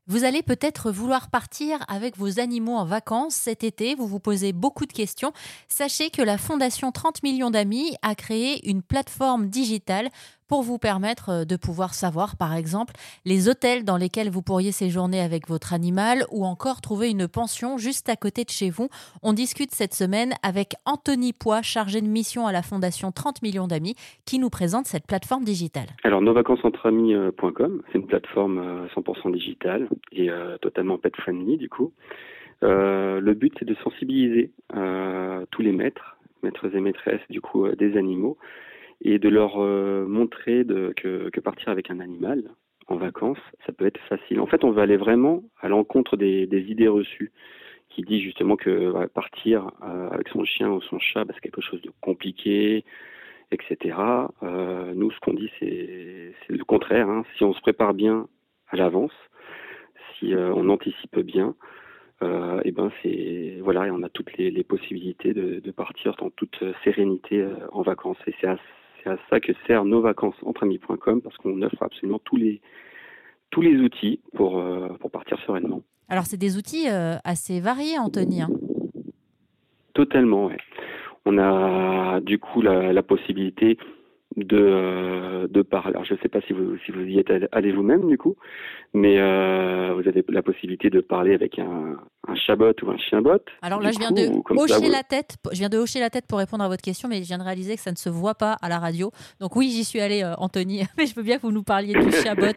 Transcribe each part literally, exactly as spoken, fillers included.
Vous allez peut-être vouloir partir avec vos animaux en vacances cet été. Vous vous posez beaucoup de questions. Sachez que la Fondation trente millions d'amis a créé une plateforme digitale pour vous permettre de pouvoir savoir, par exemple, les hôtels dans lesquels vous pourriez séjourner avec votre animal ou encore trouver une pension juste à côté de chez vous. On discute cette semaine avec Anthony Poix, chargé de mission à la Fondation trente millions d'amis, qui nous présente cette plateforme digitale. Alors, nos vacances entre amis point com, c'est une plateforme cent pour cent digitale et euh, totalement pet-friendly du coup. Euh, le but, c'est de sensibiliser euh, tous les maîtres, maîtres et maîtresses du coup euh, des animaux, et de leur euh, montrer de, que, que partir avec un animal en vacances, ça peut être facile. En fait, on veut aller vraiment à l'encontre des, des idées reçues qui disent justement que ouais, partir euh, avec son chien ou son chat, bah, c'est quelque chose de compliqué, et cetera. Euh, nous, ce qu'on dit, c'est, c'est le contraire. Hein. Si on se prépare bien à l'avance, si euh, on anticipe bien, euh, et ben c'est voilà, et on a toutes les, les possibilités de, de partir dans toute sérénité euh, en vacances. Et c'est à, c'est à ça que sert nos vacances entre amis point com, parce qu'on offre absolument tous les tous les outils pour euh, pour partir sereinement. Alors, c'est des outils euh, assez variés, Anthony. Hein. Totalement, ouais. On a du coup la, la possibilité de euh, de parler. Alors je ne sais pas si vous si vous y êtes allé vous-même du coup, mais euh, vous avez la possibilité de parler avec un un chatbot ou un chienbot. Alors là, je viens coup, de hocher ça, vous... la tête. Je viens de hocher la tête pour répondre à votre question, mais je viens de réaliser que ça ne se voit pas à la radio. Donc oui, j'y suis allée, euh, Anthony. Mais je veux bien que vous nous parliez du chatbot.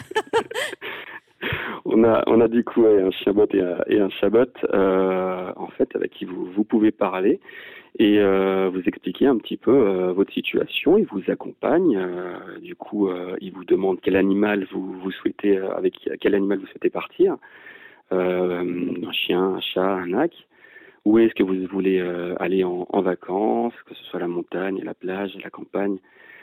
On a, on a du coup ouais, un chienbot et un, et un chatbot, euh, en fait, avec qui vous, vous pouvez parler et euh, vous expliquer un petit peu euh, votre situation. Il vous accompagne. Euh, du coup, euh, il vous demande quel animal vous, vous souhaitez, euh, avec quel animal vous souhaitez partir. Euh, un chien, un chat, un hack. Où est-ce que vous voulez euh, aller en, en vacances, que ce soit la montagne, la plage, la campagne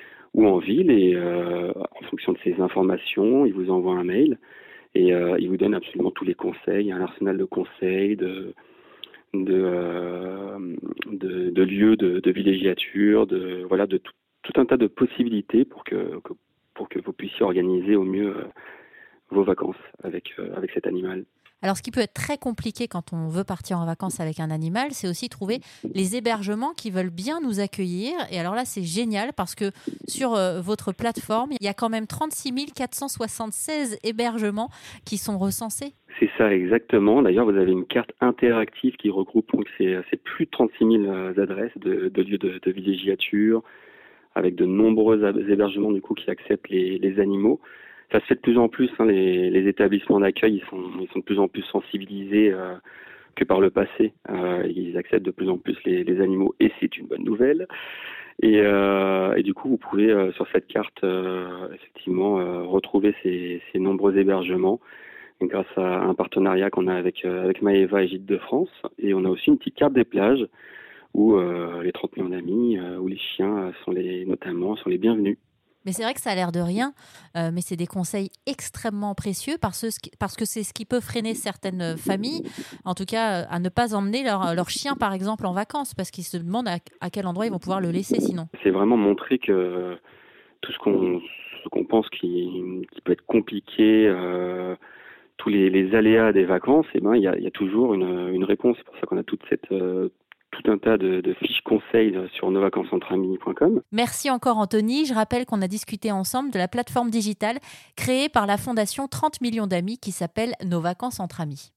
ou en ville. Et euh, en fonction de ces informations, il vous envoie un mail. Et euh, il vous donne absolument tous les conseils, un arsenal de conseils, de, de, euh, de, de lieux de, de villégiature, de, voilà, de tout, tout un tas de possibilités pour que, que, pour que vous puissiez organiser au mieux euh, vos vacances avec, euh, avec cet animal. Alors, ce qui peut être très compliqué quand on veut partir en vacances avec un animal, c'est aussi trouver les hébergements qui veulent bien nous accueillir. Et alors là, c'est génial parce que sur euh, votre plateforme, il y a quand même trente-six mille quatre cent soixante-seize hébergements qui sont recensés. C'est ça, exactement. D'ailleurs, vous avez une carte interactive qui regroupe donc, c'est, c'est plus de trente-six mille adresses de, de lieux de, de villégiature, avec de nombreux hébergements du coup qui acceptent les, les animaux. Ça se fait de plus en plus, hein, les, les établissements d'accueil, ils sont, ils sont de plus en plus sensibilisés euh, que par le passé. Euh, ils acceptent de plus en plus les, les animaux et c'est une bonne nouvelle. Et, euh, et du coup, vous pouvez euh, sur cette carte euh, effectivement euh, retrouver ces, ces nombreux hébergements grâce à un partenariat qu'on a avec, euh, avec Maeva et Gîtes de France. Et on a aussi une petite carte des plages où euh, les trente millions d'amis, euh, où les chiens sont les, notamment sont les bienvenus. Mais c'est vrai que ça a l'air de rien, euh, mais c'est des conseils extrêmement précieux parce, parce que c'est ce qui peut freiner certaines familles, en tout cas à ne pas emmener leur, leur chien par exemple en vacances parce qu'ils se demandent à, à quel endroit ils vont pouvoir le laisser sinon. C'est vraiment montrer que tout ce qu'on, ce qu'on pense qui, qui peut être compliqué, euh, tous les, les aléas des vacances, eh ben, il y a, y a toujours une, une réponse. C'est pour ça qu'on a toute cette... Euh, tout un tas de, de fiches conseils sur nos vacances entre amis point com. Merci encore Anthony. Je rappelle qu'on a discuté ensemble de la plateforme digitale créée par la Fondation trente millions d'amis qui s'appelle Nos vacances entre amis.